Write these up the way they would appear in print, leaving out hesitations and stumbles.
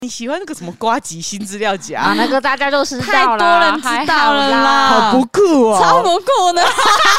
你喜欢那个什么呱吉新资料夹啊？那个大家都知道太多人知道了啦， 好不酷哦， 超不酷的。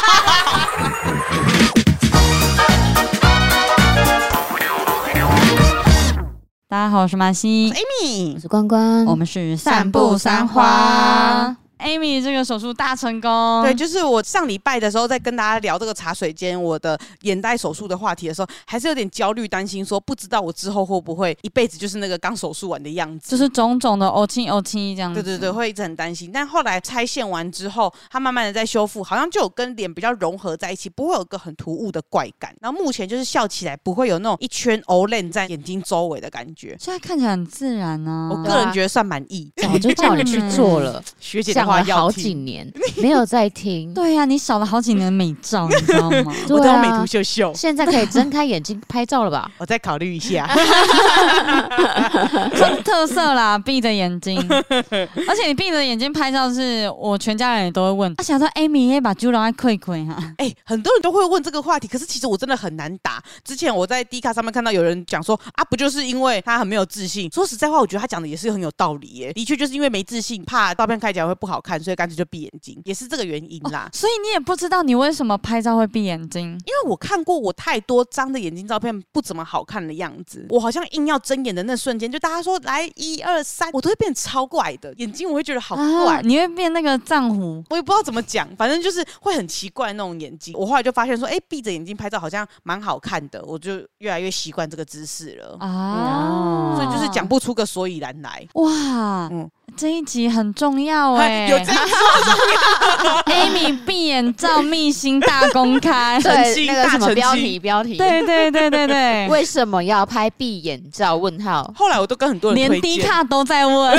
大家好，我是马西， 我是 Amy， 我是关关， 我们是散步三花。Amy 这个手术大成功， 对，就是我上礼拜的时候在跟大家聊这个茶水间我的眼袋手术的话题的时候，还是有点焦虑担心，说不知道我之后会不会一辈子就是那个刚手术完的样子， 就是种种的欧青这样子。 对对对，会一直很担心。但后来拆线完之后，它慢慢的在修复，好像就有跟脸比较融合在一起，不会有个很突兀的怪感。然后目前就是笑起来不会有那种一圈欧脸在眼睛周围的感觉， 现在看起来很自然啊。 我个人觉得算满意。 早就叫你去做了， 学姐的话要讲了好几年。没有在听。 对啊，你少了好几年的美照，你知道吗？ 我都有美图秀秀， 现在可以睁开眼睛拍照了吧？ 我再考虑一下。 特色啦，闭着眼睛，而且你闭着眼睛拍照，是我全家人也都会问。他想说 ，Amy 可以把猪脑亏哈。 很多人都会问这个话题，可是其实我真的很难答。之前我在 D 卡上面看到有人讲说啊，不就是因为他很没有自信？说实在话，我觉得他讲的也是很有道理耶。的确就是因为没自信，怕照片看起来会不好看，所以干脆就闭眼睛，也是这个原因啦。 所以你也不知道你为什么拍照会闭眼睛？ 因为我看过我太多张的眼睛照片不怎么好看的样子，我好像硬要睁眼的那瞬间，就大家说来1、2、3，我都会变超怪的眼睛，我会觉得好怪， 你会变那个藏狐， 我也不知道怎么讲，反正就是会很奇怪那种眼睛。我后来就发现说，闭着眼睛拍照好像蛮好看的，我就越来越习惯这个姿势了啊，所以就是讲不出个所以然来。 哇，这一集很重要哎， 有这一集很重要。 Amy 闭眼照秘辛大公开， 对，那个什么标题， 对， 为什么要拍闭眼照？问号。 后来我都跟很多人推荐， 连 D 卡都在问。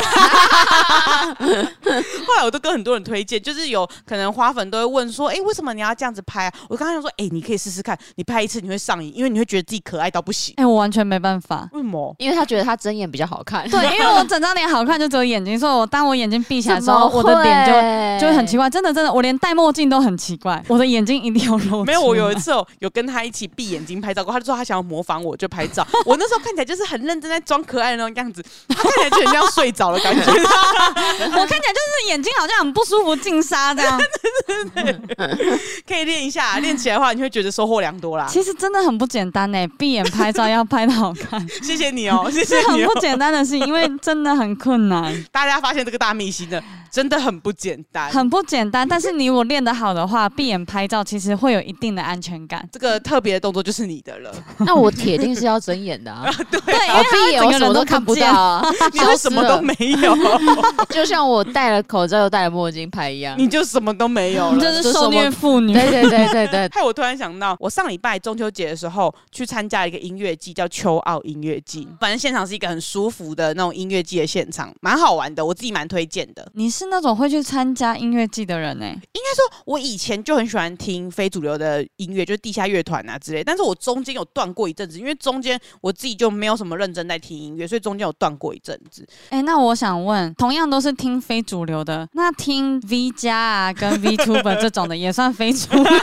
后来我都跟很多人推荐，就是有可能花粉都会问说，为什么你要这样子拍啊？我刚刚说，你可以试试看，你拍一次你会上瘾，因为你会觉得自己可爱到不行。 我完全没办法。 为什么？ 因为他觉得他睁眼比较好看。 对，因为我整张脸好看就只有眼睛，所以当我眼睛闭起来的时候，我的脸就会很奇怪。真的，我连戴墨镜都很奇怪，我的眼睛一定要露出。 没有，我有一次有跟他一起闭眼睛拍照过，他就说他想要模仿我就拍照。我那时候看起来就是很认真在装可爱的那种样子，他看起来就很像睡着的感觉。 我看起来就是眼睛好像很不舒服，进沙这样。 可以练一下，练起来的话你会觉得收获良多啦。 其实真的很不简单欸，闭眼拍照要拍得好看。 谢谢你哦，谢谢你。 很不简单的事，因为真的很困难。 大家发现这个大秘辛的，真的很不简单， 很不简单。但是你如果练得好的话，闭眼拍照其实会有一定的安全感。 这个特别的动作就是你的了。 那我铁定是要睁眼的啊！ 对， 我闭眼我什么都看不到啊， 你就什么都没有， 就像我戴了口罩又戴了墨镜拍一样， 你就什么都没有了， 你就是受虐妇女。 对。 害我突然想到，我上礼拜中秋节的时候去参加一个音乐季，叫秋奥音乐季。反正现场是一个很舒服的那种音乐季的现场，蛮好玩的，我自己蛮推荐的。 你是那种会去参加音乐季的人欸？ 应该说，我以前就很喜欢听非主流的音乐，就是地下乐团啊之类。但是我中间有断过一阵子，因为中间我自己就没有什么认真在听音乐，所以中间有断过一阵子。 那我想问，同样都是听非主流的，那听 V 加啊跟 VTuber 这种的也算非主流？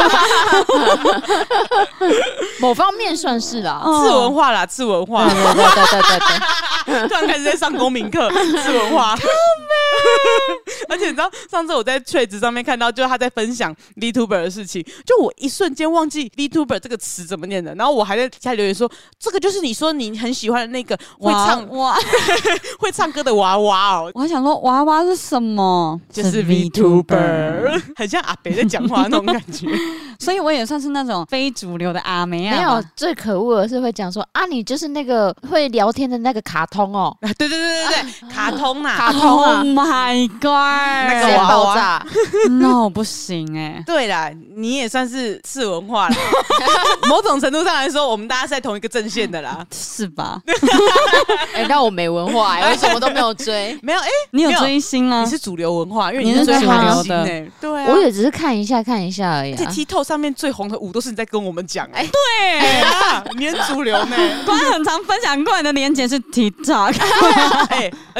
某方面算是啦， 次文化啦，次文化。 对。 突然开始在上公民课，次文化。而且你知道，上次我在垂直上面看到，就是他在分享 VTuber 的事情，就我一瞬间忘记 VTuber 这个词怎么念的，然后我还在底下留言说，这个就是你说你很喜欢的那个会唱会唱歌的娃娃哦。 我还想说娃娃是什么？ 就是 VTuber， 很像阿北在讲话那种感觉。 所以我也算是那种非主流的阿妹啊。 没有，最可恶的是会讲说啊，你就是那个会聊天的那个卡通哦。 对，卡通啊， 卡通啊 ！Oh my god！ 那个娃娃爆炸 ，no 不行对啦，你也算是次文化啦。某种程度上来说，我们大家是在同一个阵线的啦， 是吧？ 那我没文化我什么都没有追。 没有你有追星啊？ 你是主流文化，因为你是追韩星的。 对啊， 我也只是看一下而已啊。 而且 TikTok 上面最红的舞都是你在跟我们讲对啊，你很主流呢。 关很常分享过来的连结是 TikTok， 而且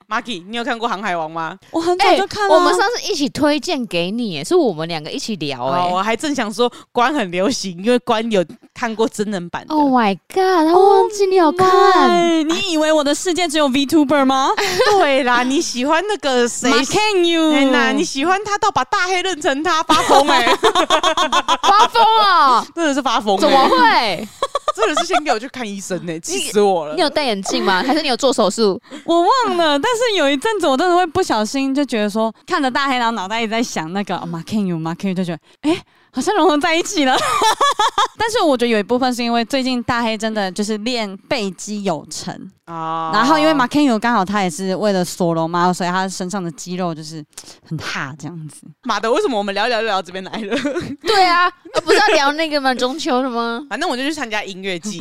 Maki， 你有看过《航海王》吗？ 我很早就看了、 我们上次一起推荐给你，是我们2个一起聊我还正想说关很流行，因为关有看过真人版的。 Oh my god， 他忘记你有看。 你以为我的世界只有 VTuber 吗？ 对啦，你喜欢那个谁 ？Can you？ 你喜欢他到把大黑认成他，发疯发疯了， 真的是发疯怎么会？ 真的是先给我去看医生气死我了。 你有戴眼镜吗？还是你有做手术？ 我忘了，但是有一阵子我真的会不小心就觉得说，看着大黑，然后脑袋一直在想那个Can you， 就觉得好像融合在一起了。但是我觉得有一部分是因为最近大黑真的就是练背肌有成然后因为Can you刚好他也是为了索隆嘛，所以他身上的肌肉就是很大这样子。 妈的，为什么我们聊到这边来了？ 对啊，不是要聊那个吗？中秋的吗？ 反正我就去参加音乐季。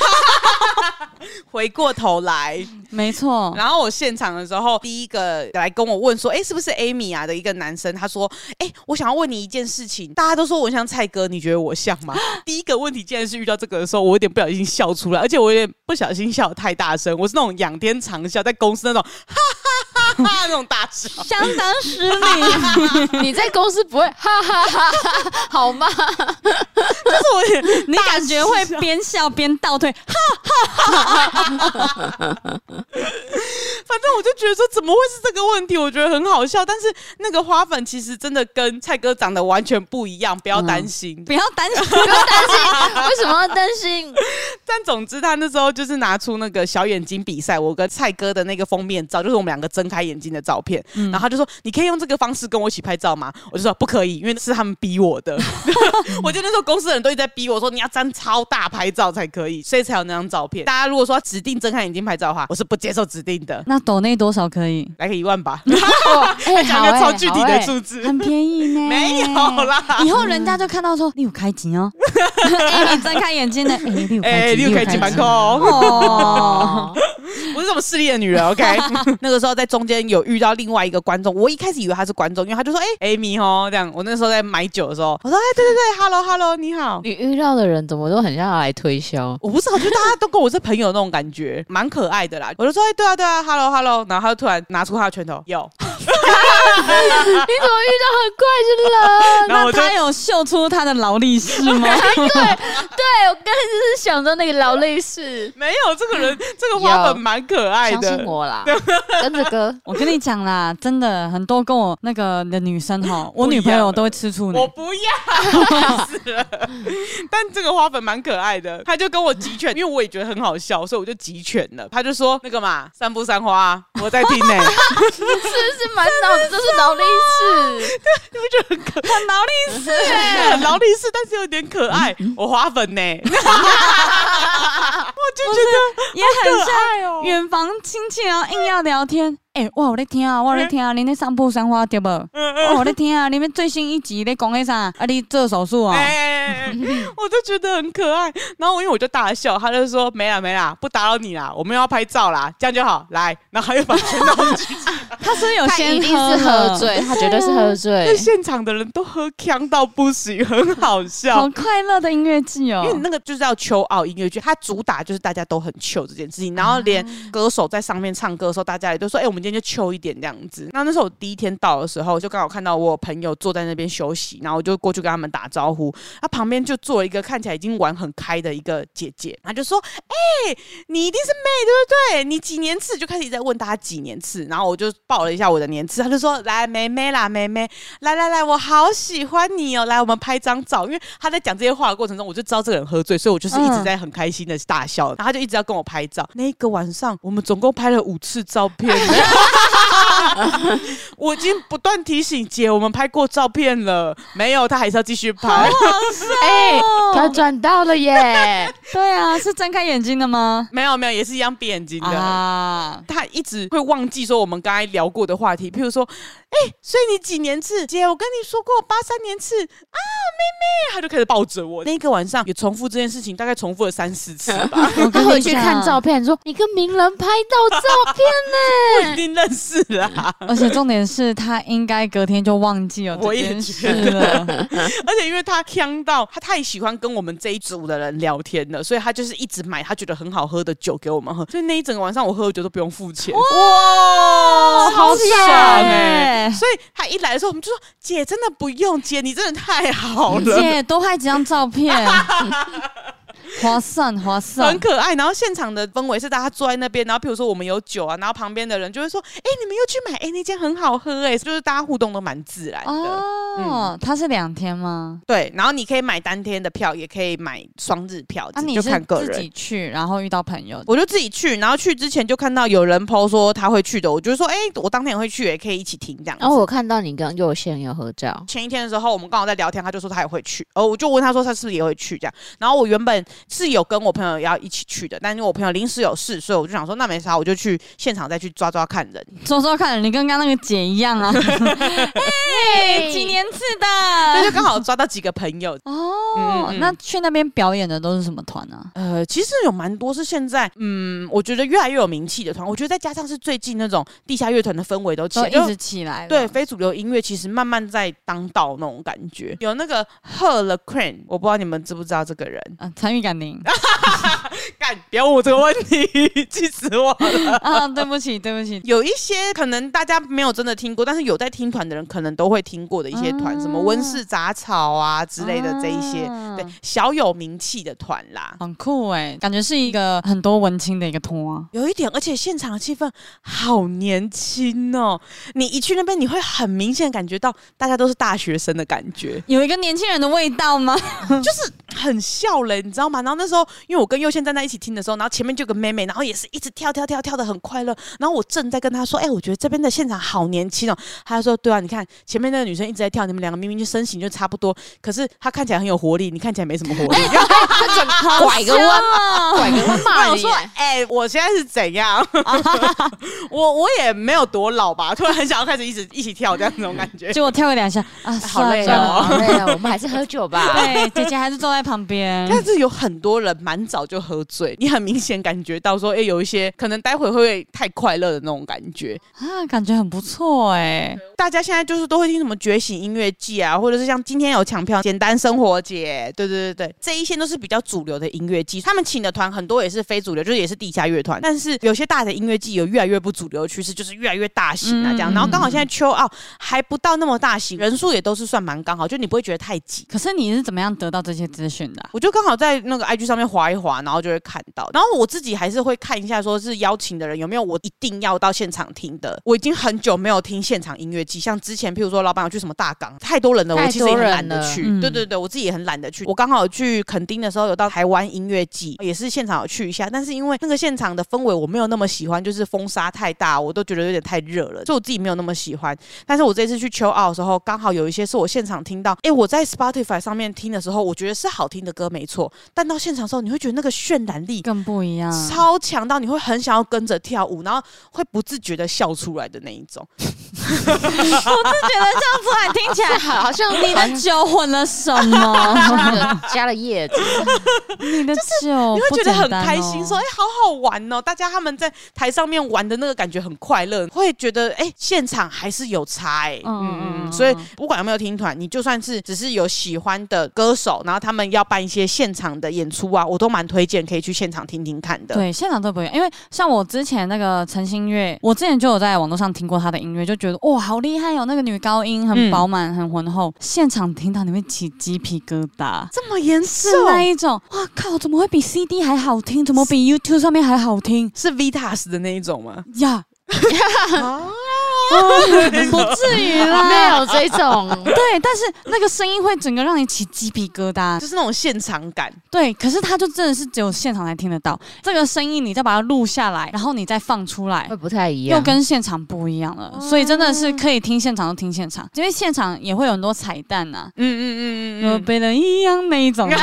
回过头来， 没错。 然后我现场的时候，第一个来跟我问说：“是不是 Amy 啊的一个男生？”他说：“我想要问你一件事情，大家都说我像蔡哥，你觉得我像吗？”第一个问题竟然是遇到这个的时候，我有点不小心笑出来，而且我有点不小心笑得太大声，我是那种仰天长笑，在公司那种哈哈哈哈那种大笑， 相当失礼。 你在公司不会哈哈哈哈好吗？ 就是我你感觉会边笑边倒退， 反正我就觉得说怎么会是这个问题，我觉得很好笑。但是那个花粉其实真的跟蔡哥长得完全不一样，不要担心， 不要担心， 不要担心，为什么要担心？ 但总之他那时候就是拿出那个小眼睛比赛，我跟蔡哥的那个封面照，就是我们2个睁开眼睛的照片，然后他就说你可以用这个方式跟我一起拍照吗？我就说不可以，因为是他们逼我的。我觉得那时候公司的人都一直在逼我说你要站超大拍照才可以，所以才有那张照片。大家如果说要指定睁开眼睛拍照的话，我是不接受指定的。 那抖内多少可以？ 来个1万吧。 讲个超具体的数字， 很便宜呢。 没有啦， 以后人家就看到说你有开机哦。你睁开眼睛呢，你有开机盘扣哦。不是这么势利的女人 ，OK 。那个时候在中间有遇到另外一个观众，我一开始以为他是观众，因为他就说Amy 哦这样。我那时候在买酒的时候，我说对，Hello， 你好。 你遇到的人怎么都很像要来推销？ 我不知道，我觉得大家都跟我是朋友那种感觉，蛮可爱的啦。我就说对啊 ，Hello， 然后他就突然拿出他的拳头，有。 你怎么遇到很怪的人？ 那他有秀出他的劳力士吗？ 对，我刚才就是想到那个劳力士。 没有，这个人这个花粉蛮可爱的， 相信我啦，跟着哥。 我跟你讲啦，真的很多跟我那个的女生我女朋友都会吃醋呢。 我不要，死了。但这个花粉蛮可爱的，他就跟我集拳，因为我也觉得很好笑，所以我就集拳了。他就说那个嘛，三不三花，我在听呢。 是不是满脑子都是劳力士？ 你不觉得很劳力士？很劳力士，但是有点可爱。我花粉呢，我就觉得也很像远房亲戚，然后硬要聊天。我有在听啊，你那三不三花对不？我有在听啊，你们最新一集在讲那啥？你做手术啊？ 我就觉得很可爱。然后因为我就大笑，他就说没啦，不打扰你啦，我们要拍照啦，这样就好。来，然后他又把拳头举起来。 他是有先一定是喝醉，他绝对是喝醉。 现场的人都喝呛到不行，很好笑， 好快乐的音乐季哦。 因为你那个就是要秋奥音乐剧，它主打就是大家都很秋这件事情，然后连歌手在上面唱歌的时候，大家也都说，我们今天就秋一点这样子。那时候我第一天到的时候，就刚好看到我朋友坐在那边休息，然后我就过去跟他们打招呼。他旁边就坐一个看起来已经玩很开的一个姐姐，他就说：“你一定是妹对不对？你几年次？”就开始在问大家几年次，然后我就报了一下我的年次，他就说：“来，妹妹啦，妹妹，来，我好喜欢你哦，来，我们拍张照。”因为他在讲这些话的过程中，我就知道这个人喝醉，所以我就是一直在很开心的大笑，然后他就一直要跟我拍照。那个晚上，我们总共拍了5次照片。我已经不断提醒姐，我们拍过照片了，没有，他还是要继续拍。 他赚到了耶！ 对啊，是睁开眼睛的吗？ 没有，也是一样闭眼睛的啊。他一直会忘记说我们刚才聊过的话题，譬如说，所以你几年次？姐，我跟你说过83年次啊， 妹，他就开始抱着我。那个晚上也重复这件事情，大概重复了3-4次吧。 他回去看照片说：“你跟名人拍到照片我一定认识啦。 而且重点是他应该隔天就忘记了这件事了。 而且因为他呛到，他太喜欢跟我们这一组的人聊天了，所以他就是一直买他觉得很好喝的酒给我们喝。所以那一整个晚上我喝的酒都不用付钱。哇，超爽哎！所以他一来的时候，我们就说：“姐真的不用，姐你真的太好了， 姐多拍几张照片。”划算， 很可爱。然后现场的氛围是大家坐在那边，然后比如说我们有酒啊，然后旁边的人就会说：“你们又去买，那间很好喝。”就是大家互动都蛮自然的。 哦，它是2天吗？ 对，然后你可以买单天的票，也可以买双日票， 你就看个人。 自己去，然后遇到朋友， 我就自己去，然后去之前就看到有人 po 说他会去的，我就说：“我当天也会去，也可以一起听这样子。” 然后我看到你跟佑宪有合照， 前一天的时候我们刚好在聊天，他就说他也会去，我就问他说他是不是也会去这样。然后我原本是有跟我朋友要一起去的，但因为我朋友临时有事，所以我就想说那没啥，我就去现场再去抓看人。 抓看人，你跟刚刚那个姐一样啊！几年次的， 那就刚好抓到几个朋友。 那去那边表演的都是什么团啊？ 其实有蛮多是现在我觉得越来越有名气的团。我觉得再加上是最近那种地下乐团的氛围都一直起来了。 对，非主流音乐其实慢慢在当道那种感觉。有那个 Her the Crane， 我不知道你们知不知道这个人？ 参与感宁。 干，不要问我这个问题，气死我了。 对不起。 有一些可能大家没有真的听过，但是有在听团的人可能都会听过的一些团，什么温室杂草啊之类的这一些，对，小有名气的团啦， 很酷感觉是一个很多文青的一个团啊。 有一点，而且现场的气氛好年轻哦。你一去那边，你会很明显感觉到大家都是大学生的感觉， 有一个年轻人的味道吗？ 就是很笑人，你知道吗？然后那时候因为我跟佑宪站在一起听的时候，然后前面就有个妹妹，然后也是一直跳得很快乐。然后我正在跟她说：“我觉得这边的现场好年轻哦。”她就说：“对啊，你看前面那个女生一直在跳，你们两个明明就身形就差不多，可是她看起来很有活力，你看起来没什么活力。” 她拐个弯骂我说：“我现在是怎样？我也没有多老吧，突然很想要开始一起跳这样那种感觉。” 结果跳个2下好累哦，好累哦，我们还是喝酒吧。 对，姐姐还是坐在旁边。 但是有很多人蛮早就喝醉，你很明显感觉到说，有一些可能待会会太快乐的那种感觉感觉很不错大家现在就是都会听什么觉醒音乐季啊，或者是像今天有抢票简单生活节，对，这一些都是比较主流的音乐季。他们请的团很多也是非主流，就是也是地下乐团，但是有些大的音乐季有越来越不主流的趋势，就是越来越大型啊这样。然后刚好现在秋奥还不到那么大型，人数也都是算蛮刚好，就你不会觉得太挤。 可是你是怎么样得到这些资讯的我就刚好在那个 IG 上面滑一滑，然后就会看到。然后我自己还是会看一下，说是邀请的人有没有我一定要到现场听的。我已经很久没有听现场音乐季，像之前譬如说老板有去什么大港，太多人了，我其实也很懒得去。对，我自己也很懒得去。我刚好有去垦丁的时候有到台湾音乐季，也是现场有去一下，但是因为那个现场的氛围我没有那么喜欢，就是风沙太大，我都觉得有点太热了，所以我自己没有那么喜欢。但是我这次去秋奥的时候，刚好有一些是我现场听到，我在 Spotify 上面听的时候，我觉得是好听的歌没错，但到现场的时候，你会觉得那个渲染力更不一样， 超强到你会很想要跟着跳舞，然后会不自觉的笑出来的那一种。 我是觉得这样子还听起来好像你的酒混了什么， 加了叶子， 你的酒你会觉得很开心，说好好玩哦，大家他们在台上面玩的那个感觉很快乐，会觉得现场还是有差所以不管有没有听团，你就算是只是有喜欢的歌手，然后他们要办一些现场的演出啊，我都蛮推荐可以去现场听听看的。 对，现场都不一样，因为像我之前那个陈星月，我之前就有在网络上听过他的音乐，就觉得哇好厉害哦，那个女高音很饱满很浑厚，现场听到你会起鸡皮疙瘩， 这么严重， 是那一种哇靠，怎么会比 CD 还好听，怎么比 YouTube 上面还好听， 是 Vitas 的那一种吗？ 呀不至于啦， 没有这种。 对，但是那个声音会整个让你起鸡皮疙瘩， 就是那种现场感。 对，可是它就真的是只有现场才听得到这个声音，你再把它录下来，然后你再放出来， 会不太一样， 又跟现场不一样了。所以真的是可以听现场就听现场，因为现场也会有很多彩蛋啊，有别人一样那一种。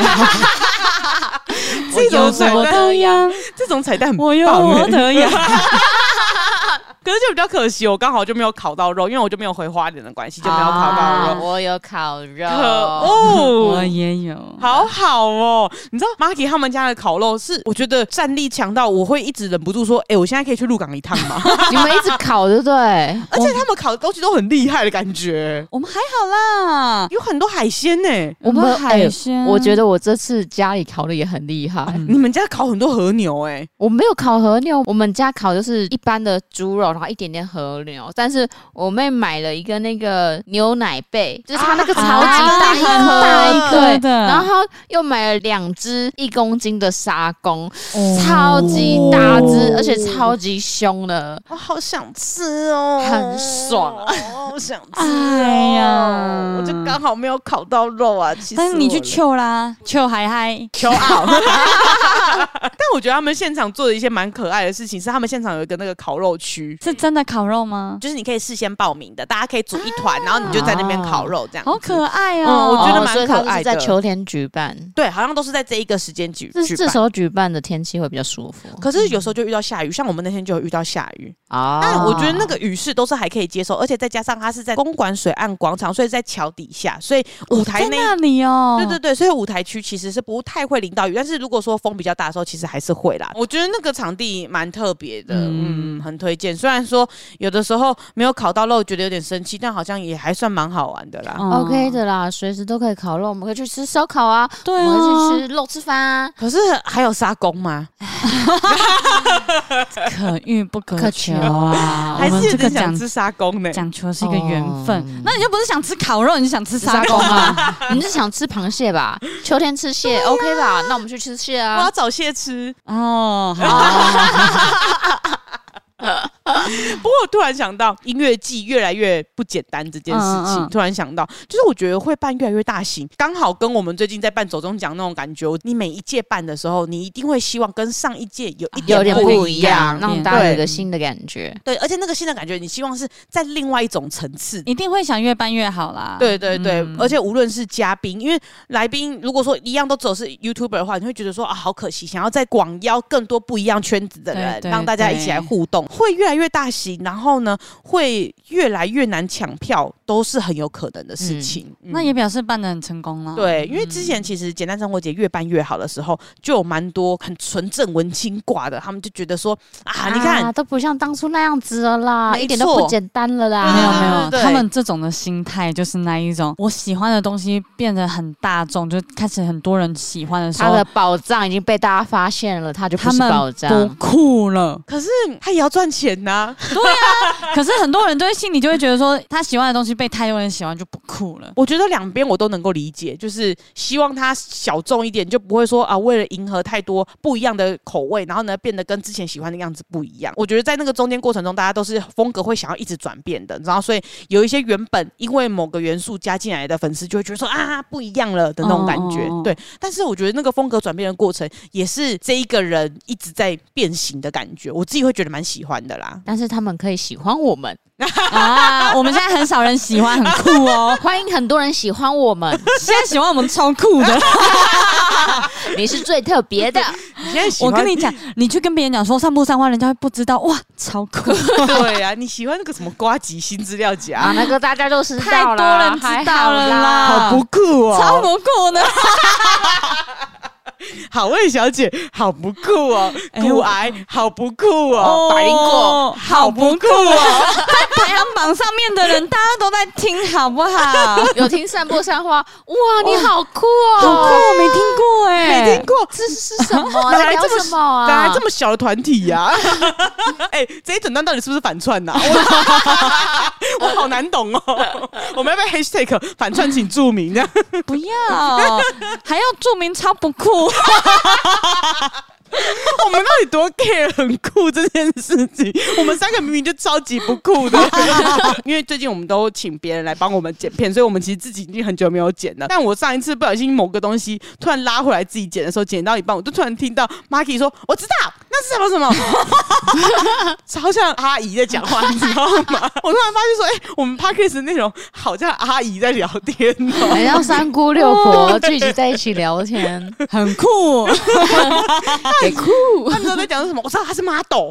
这种彩蛋， 我的样， 这种彩蛋很棒， 我有我的样。 可是就比较可惜，我刚好就没有烤到肉，因为我就没有回花莲的关系，就没有烤到肉。 我有烤肉， 可恶， 我也有， 好好哦。你知道 Marky 他们家的烤肉是，我觉得战力强到我会一直忍不住说，我现在可以去鹿港一趟吗？ 你们一直烤对不对？ 而且他们烤的东西都很厉害的感觉， 我们还好啦， 有很多海鲜呢。 我们海鲜， 我觉得我这次家里烤的也很厉害。 你们家烤很多和牛我没有烤和牛，我们家烤就是一般的猪肉，然后一点点和牛。但是我妹买了一个那个牛奶贝，就是它那个超级大一颗，对，然后又买了2只1公斤的沙公，超级大只，而且超级凶的， 我好想吃哦， 很爽啊， 好想吃哎呀，我就刚好没有烤到肉啊。 但是你去秋啦，秋嗨嗨， 秋奥。但我觉得他们现场做的一些蛮可爱的事情，是他们现场有一个那个烤肉区， 是真的烤肉吗？ 就是你可以事先报名的，大家可以组一团，然后你就在那边烤肉这样。 好可爱哦， 我觉得蛮可爱的。 所以它是在秋天举办， 对，好像都是在这一个时间举办。 这时候举办的天气会比较舒服， 可是有时候就遇到下雨，像我们那天就有遇到下雨啊。但我觉得那个雨势都是还可以接受，而且再加上它是在公馆水岸广场，所以在桥底下，所以舞台那里哦， 对对对，所以舞台区其实是不太会淋到雨，但是如果说风比较大的时候，其实还是会啦。我觉得那个场地蛮特别的，很推荐。虽然说有的时候没有烤到肉，觉得有点生气，但好像也还算蛮好玩的啦。 OK 的啦，随时都可以烤肉，我们可以去吃烧烤啊， 对啊， 我们可以去吃肉吃饭啊。 可是还有沙公吗？ 可遇不可求啊！ 还是这个想吃沙公呢？ 讲求是一个缘分。那你就不是想吃烤肉，你就想吃沙公啊？ 你是想吃螃蟹吧？秋天吃蟹 OK 吧？那我们去吃蟹啊！ 我要找蟹吃哦。好。 不过我突然想到，音乐季越来越不简单这件事情，突然想到，就是我觉得会办越来越大型，刚好跟我们最近在办走中奖那种感觉。你每一届办的时候，你一定会希望跟上一届有一点不一样， 让大家有一个新的感觉。 对，而且那个新的感觉，你希望是在另外一种层次， 一定会想越办越好啦。 对对对，而且无论是嘉宾，因为来宾如果说一样都只有是 YouTuber 的话，你会觉得说好可惜，想要再广邀更多不一样圈子的人，让大家一起来互动，会越来越大型，然后呢，会越来越难抢票，都是很有可能的事情。 那也表示办得很成功了。 对，因为之前其实简单生活节越办越好的时候，就有蛮多很纯正文青挂的，他们就觉得说你看都不像当初那样子了啦，一点都不简单了啦。 没有，他们这种的心态就是那一种，我喜欢的东西变得很大众，就开始很多人喜欢的时候， 他的宝藏已经被大家发现了，他就不是宝藏， 不酷了。 可是他也要赚钱呐。 对啊，可是很多人都会心里就会觉得说，他喜欢的东西被太多人喜欢就不酷了。 我觉得两边我都能够理解，就是希望他小众一点，就不会说为了迎合太多不一样的口味，然后呢变得跟之前喜欢的样子不一样。我觉得在那个中间过程中，大家都是风格会想要一直转变的，然后所以有一些原本因为某个元素加进来的粉丝就会觉得说不一样了的那种感觉。对，但是我觉得那个风格转变的过程也是这一个人一直在变形的感觉，我自己会觉得蛮喜欢的啦。 但是他们可以喜欢我们我们现在很少人喜欢，很酷哦， 欢迎很多人喜欢我们， 现在喜欢我们超酷的， 你是最特别的。 你现在喜欢， 我跟你讲，你去跟别人讲说散步三花，人家会不知道哇，超酷。 对啊，你喜欢那个什么呱吉新资料夹那个大家都知道了， 太多人知道了啦， 好不酷哦， 超不酷的。 好味小姐好不酷哦，骨癌好不酷哦， 百灵果好不酷哦， 在排行榜上面的人大家都在听好不好？ 有听散步三花，哇，你好酷哦， 好酷，我没听过没听过， 这是什么？哪来这么什么啊？ 哪来这么小的团体呀？这一整段到底是不是反串呐？我好难懂哦，我们要不要 hashtag 反串请注明这样？ 不要，还要注明超不酷。 我们到底多 care 很酷这件事情？我们三个明明就超级不酷的。因为最近我们都请别人来帮我们剪片，所以我们其实自己已经很久没有剪了。但我上一次不小心某个东西突然拉回来自己剪的时候，剪到一半，我就突然听到 Marky 说：“我知道那是什么什么。”超像阿姨在讲话，你知道吗？我突然发现说：“我们 Podcast 的内容好像阿姨在聊天哦， 很像三姑六婆聚集在一起聊天， 很酷。” 给酷。 他们都在讲什么？我知道他是model，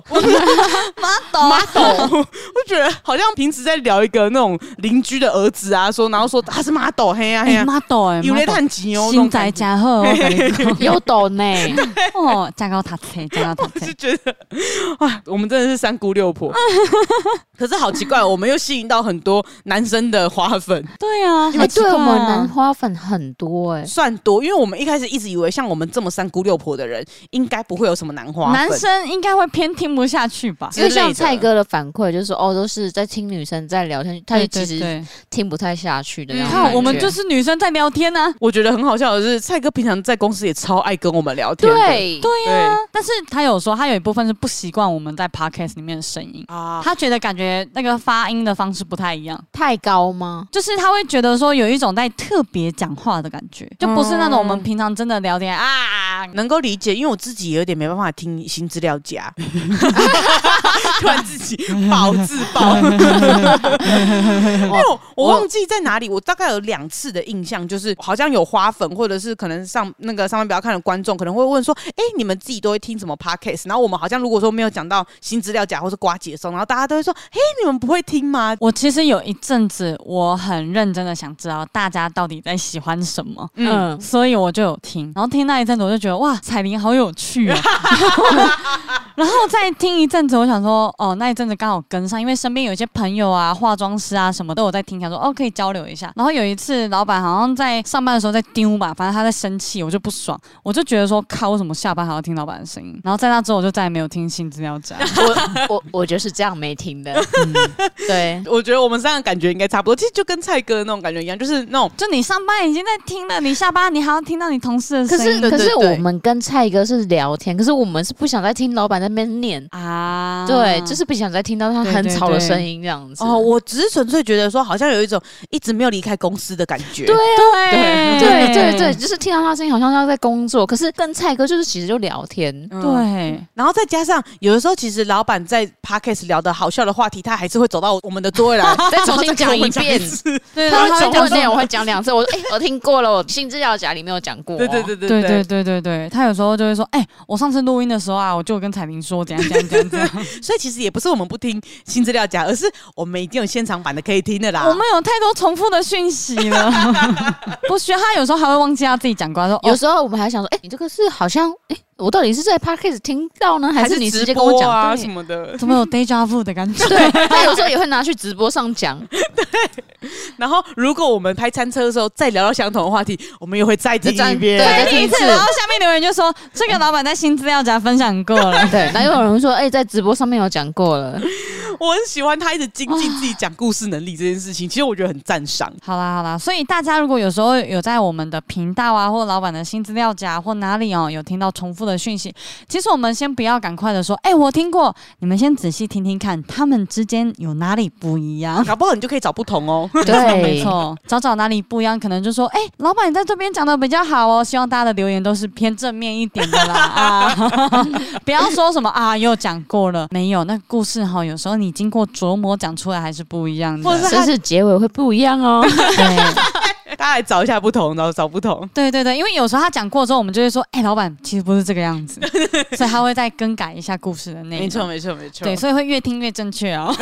我觉得好像平时在聊一个那种邻居的儿子啊，然后说他是model，嘿呀嘿呀 ，model 有在赚钱哦， 新宅加好，我跟你讲有抖呢， 哦，加高塔车， 我就觉得啊，我们真的是三姑六婆。可是好奇怪，我们又吸引到很多男生的花粉。 对啊， 对我们男花粉很多算多，因为我们一开始一直以为像我们这么三姑六婆的人，应该不会有什么男花粉， 男生应该会偏听不下去吧？ 因为像蔡哥的反馈就是说，都是在听女生在聊天，他其实听不太下去的。 看我们就是女生在聊天啊。 我觉得很好笑的是，蔡哥平常在公司也超爱跟我们聊天的。 对啊，但是他有说他有一部分是不习惯我们在 podcast 里面的声音啊，他觉得感觉那个发音的方式不太一样， 太高吗？ 就是他会觉得说有一种在特别讲话的感觉，就不是那种我们平常真的聊天啊， 能够理解，因为我自己也有点没办法听新资料夹，突然自己爆自爆，因为我忘记在哪里，我大概有2次的印象，就是好像有花粉，或者是可能上面不要看的观众可能会问说，你们自己都会听什么 podcast？ 然后我们好像如果说没有讲到新资料夹或是呱吉的时候，然后大家都会说，你们不会听吗？ 我其实有一阵子我很认真的想知道大家到底在喜欢什么，所以我就有听，然后听那一阵子我就觉得哇，彩铃好有趣啊。然后再听一阵子，我想说，那一阵子刚好跟上，因为身边有一些朋友啊、化妆师啊什么都有在听，想说可以交流一下。然后有一次，老板好像在上班的时候在丢吧，反正他在生气，我就不爽，我就觉得说，靠，为什么下班还要听老板的声音？然后在那之后，我就再也没有听新资料夹。 我就是这样没听的。对， 我觉得我们3个感觉应该差不多，其实就跟蔡哥那种感觉一样，就是那种， 就你上班已经在听了，你下班你还要听到你同事的声音。 可是我们跟蔡哥是聊天，可是我们是不想再听老板在那边念啊，对，就是不想再听到他很吵的声音这样子。 我只是纯粹觉得说，好像有一种一直没有离开公司的感觉。 对，就是听到他声音好像他在工作，可是跟蔡哥就是其实就聊天。 对， 然后再加上有的时候，其实老板在 podcast 聊的好笑的话题，他还是会走到我们的座位来， 再重新讲一遍。 对， 他会讲内容会讲2次。我听过了，我新资料夹里面有讲过。 对，他有时候就会说，我上次录音的时候啊，我就跟彩玲说怎样。 所以其实也不是我们不听新资料夹，而是我们已经有现场版的可以听的啦。 我们有太多重复的讯息了，不需要。他有时候还会忘记他自己讲过，说有时候我们还想说，你这个是好像我到底是在 podcast 听到呢，还是你直接跟我讲啊什么的？ 怎么有 deja vu 的感觉？ 对，他有时候也会拿去直播上讲。 对，然后如果我们拍餐车的时候再聊到相同的话题，我们也会再听一遍， 再听一次。然后下面留言就说这个老板在新资料夹分享过了， 对，然后有人会说，在直播上面有讲过了。 我很喜欢他一直精进自己讲故事能力这件事情，其实我觉得很赞赏。 好啦，所以大家如果有时候有在我们的频道啊，或老板的新资料夹或哪里有听到重复的讯息，其实我们先不要赶快的说，我听过，你们先仔细听听看，他们之间有哪里不一样， 搞不好你就可以找不同哦。 对， 没错，找哪里不一样，可能就说，老板你在这边讲的比较好哦，希望大家的留言都是偏正面一点的啦不要说什么又讲过了，没有，那故事有时候你经过琢磨讲出来还是不一样的， 甚至结尾会不一样哦。 大家来找一下不同，然后找不同。 对，因为有时候他讲过之后，我们就会说，老板其实不是这个样子，所以他会再更改一下故事的内容。 没错。 对，所以会越听越正确哦。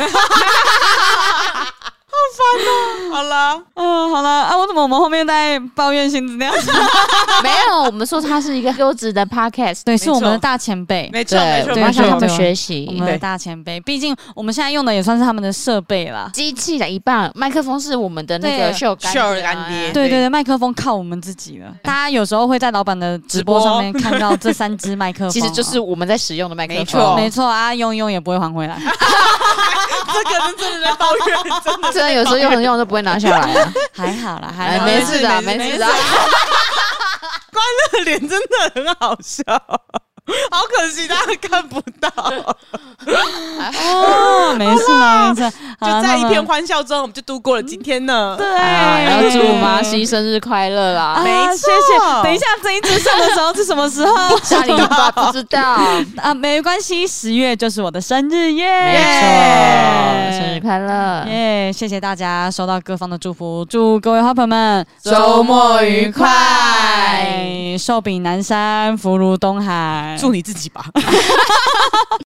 好烦哦！好了， 为什么我们后面在抱怨新资料？ 没有，我们说他是一个优质的 podcast， 对，是我们的大前辈， 没错， 我们要向他们学习， 我们的大前辈。毕竟我们现在用的也算是他们的设备啦， 机器的一半，麦克风是我们的那个秀干爹， 对，麦克风靠我们自己了。大家有时候会在老板的直播上面看到这3支麦克风， 其实就是我们在使用的麦克风， 没错啊，用也不会还回来。 这可能真的在抱怨， 真的有时候用都不会拿下来啊。 还好啦， 没事的。关乐脸真的很好笑，好可惜大家看不到。 没事啦， 就在一片欢笑中，我们就度过了今天呢。 对， 要祝马西生日快乐啦！ 没错， 谢谢。等一下这一支上的时候是什么时候？ 下礼拜不知道啊，没关系，10月就是我的生日耶！ 没错，生日快乐！ 耶！谢谢大家收到各方的祝福，祝各位好朋友们周末愉快， 寿比南山，福如东海。 祝你自己吧。